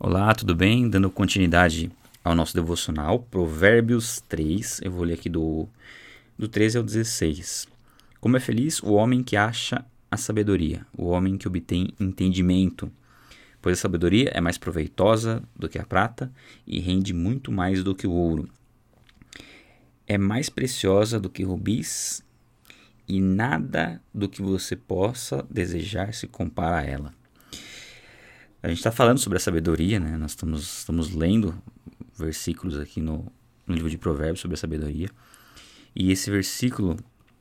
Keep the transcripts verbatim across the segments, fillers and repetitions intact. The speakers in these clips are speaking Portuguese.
Olá, tudo bem? Dando continuidade ao nosso devocional, Provérbios três, eu vou ler aqui do, do treze ao dezesseis. Como é feliz o homem que acha a sabedoria, o homem que obtém entendimento, pois a sabedoria é mais proveitosa do que a prata e rende muito mais do que o ouro. É mais preciosa do que rubis e nada do que você possa desejar se compara a ela. A gente está falando sobre a sabedoria, né? Nós estamos, estamos lendo versículos aqui no, no livro de Provérbios sobre a sabedoria. E esse versículo,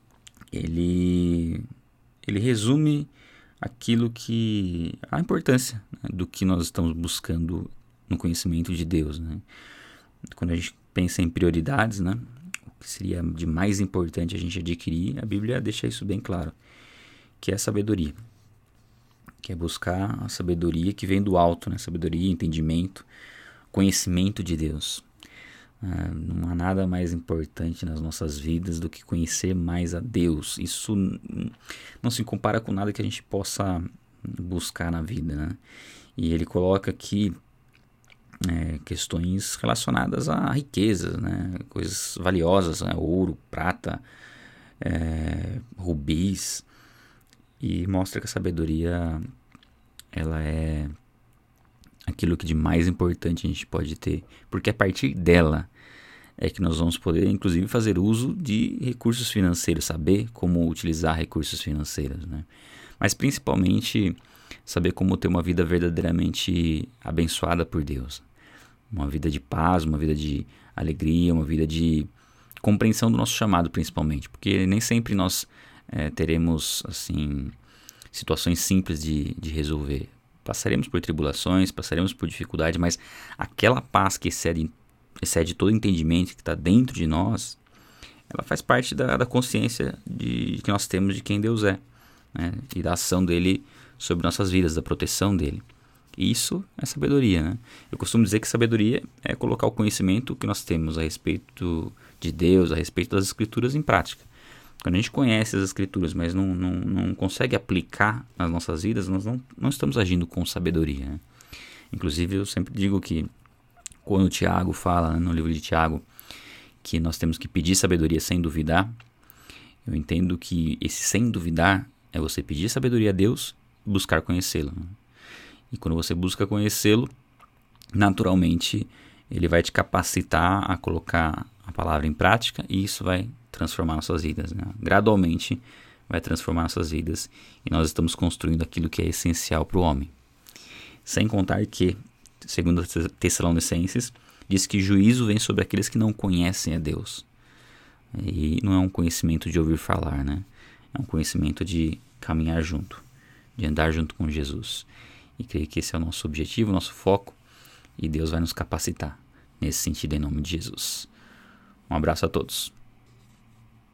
ele, ele resume aquilo que... a importância, né, do que nós estamos buscando no conhecimento de Deus, né? Quando a gente pensa em prioridades, né? O que seria de mais importante a gente adquirir, a Bíblia deixa isso bem claro, que é a sabedoria. Que é buscar a sabedoria que vem do alto, né? Sabedoria, entendimento, conhecimento de Deus. Ah, não há nada mais importante nas nossas vidas do que conhecer mais a Deus. Isso não se compara com nada que a gente possa buscar na vida, né? E ele coloca aqui é, questões relacionadas a riquezas, né? Coisas valiosas, né? Ouro, prata, é, rubis. E mostra que a sabedoria, ela é aquilo que de mais importante a gente pode ter. Porque a partir dela é que nós vamos poder, inclusive, fazer uso de recursos financeiros. Saber como utilizar recursos financeiros, né? Mas principalmente saber como ter uma vida verdadeiramente abençoada por Deus. Uma vida de paz, uma vida de alegria, uma vida de compreensão do nosso chamado, principalmente. Porque nem sempre nós... É, teremos assim situações simples de, de resolver. Passaremos por tribulações, passaremos por dificuldade, mas aquela paz que excede, excede todo entendimento que está dentro de nós, ela faz parte da, da consciência de, que nós temos de quem Deus é, né? E da ação dele sobre nossas vidas, da proteção dele. E isso é sabedoria, né? Eu costumo dizer que sabedoria é colocar o conhecimento que nós temos a respeito de Deus, a respeito das Escrituras em prática. Quando a gente conhece as Escrituras, mas não, não, não consegue aplicar nas nossas vidas, nós não, não estamos agindo com sabedoria, né? Inclusive, eu sempre digo que quando o Tiago fala, né, no livro de Tiago, que nós temos que pedir sabedoria sem duvidar, eu entendo que esse sem duvidar é você pedir sabedoria a Deus e buscar conhecê-lo, né? E quando você busca conhecê-lo, naturalmente, ele vai te capacitar a colocar a palavra em prática e isso vai transformar nossas vidas, né? Gradualmente vai transformar nossas vidas e nós estamos construindo aquilo que é essencial para o homem. Sem contar que, segundo Tessalonicenses, diz que juízo vem sobre aqueles que não conhecem a Deus. E não é um conhecimento de ouvir falar, né? É um conhecimento de caminhar junto, de andar junto com Jesus. E creio que esse é o nosso objetivo, o nosso foco, e Deus vai nos capacitar nesse sentido em nome de Jesus. Um abraço a todos.